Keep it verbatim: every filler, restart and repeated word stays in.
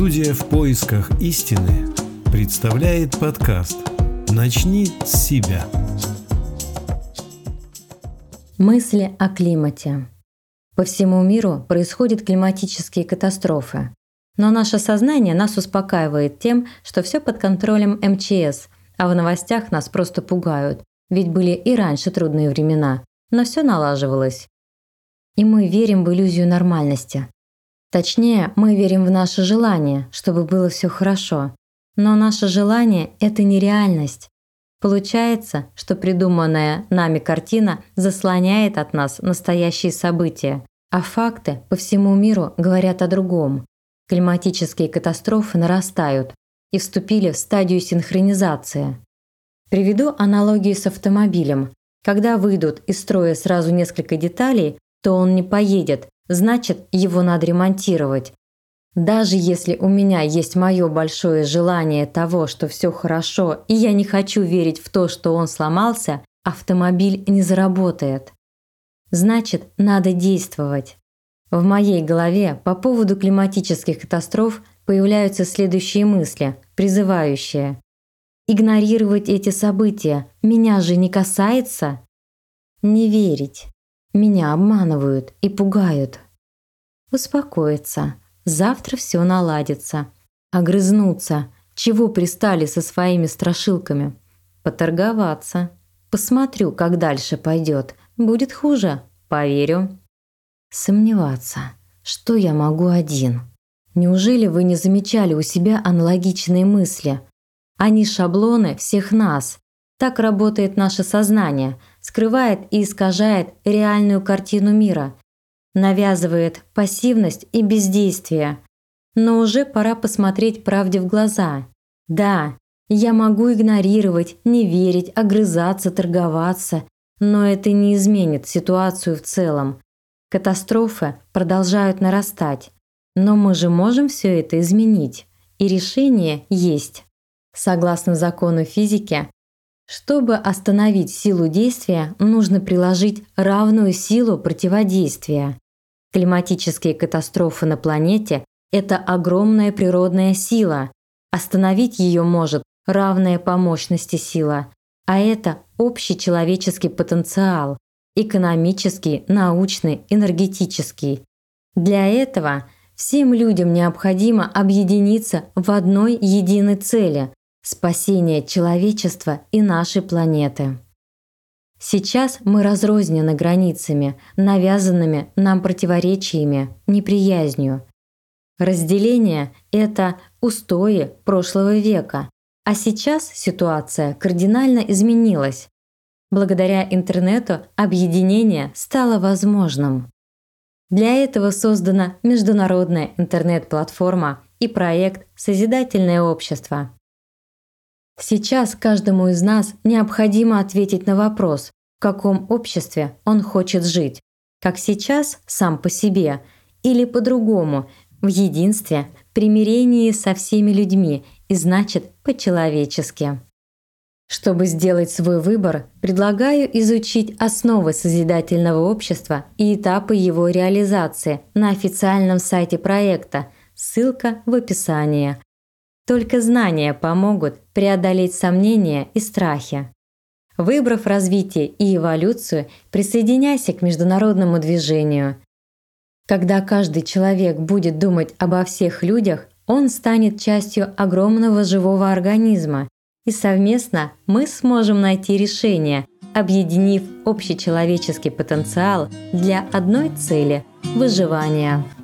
Студия «В поисках истины» представляет подкаст «Начни с себя». Мысли о климате. По всему миру происходят климатические катастрофы. Но наше сознание нас успокаивает тем, что все под контролем эм че эс, а в новостях нас просто пугают, ведь были и раньше трудные времена, но все налаживалось. И мы верим в иллюзию нормальности. Точнее, мы верим в наше желание, чтобы было все хорошо. Но наше желание – это не реальность. Получается, что придуманная нами картина заслоняет от нас настоящие события, а факты по всему миру говорят о другом. Климатические катастрофы нарастают и вступили в стадию синхронизации. Приведу аналогию с автомобилем. Когда выйдут из строя сразу несколько деталей, то он не поедет, значит, его надо ремонтировать. Даже если у меня есть мое большое желание того, что все хорошо, и я не хочу верить в то, что он сломался, автомобиль не заработает. Значит, надо действовать. В моей голове по поводу климатических катастроф появляются следующие мысли, призывающие. Игнорировать эти события меня же не касается? Не верить. Меня обманывают и пугают. Успокоиться. Завтра все наладится. Огрызнуться. Чего пристали со своими страшилками? Поторговаться. Посмотрю, как дальше пойдет. Будет хуже. Поверю. Сомневаться. Что я могу один? Неужели вы не замечали у себя аналогичные мысли? Они шаблоны всех нас. Так работает наше сознание, скрывает и искажает реальную картину мира, навязывает пассивность и бездействие. Но уже пора посмотреть правде в глаза. Да, я могу игнорировать, не верить, огрызаться, торговаться, но это не изменит ситуацию в целом. Катастрофы продолжают нарастать, но мы же можем все это изменить, и решение есть. Согласно закону физики, чтобы остановить силу действия, нужно приложить равную силу противодействия. Климатические катастрофы на планете – это огромная природная сила. Остановить ее может равная по мощности сила. А это общий человеческий потенциал – экономический, научный, энергетический. Для этого всем людям необходимо объединиться в одной единой цели – спасение человечества и нашей планеты. Сейчас мы разрознены границами, навязанными нам противоречиями, неприязнью. Разделение – это устои прошлого века, а сейчас ситуация кардинально изменилась. Благодаря интернету объединение стало возможным. Для этого создана международная интернет-платформа и проект «Созидательное общество». Сейчас каждому из нас необходимо ответить на вопрос, в каком обществе он хочет жить, как сейчас сам по себе или по-другому, в единстве, примирении со всеми людьми и значит по-человечески. Чтобы сделать свой выбор, предлагаю изучить основы созидательного общества и этапы его реализации на официальном сайте проекта, ссылка в описании. Только знания помогут преодолеть сомнения и страхи. Выбрав развитие и эволюцию, присоединяйся к международному движению. Когда каждый человек будет думать обо всех людях, он станет частью огромного живого организма, и совместно мы сможем найти решение, объединив общечеловеческий потенциал для одной цели – выживания.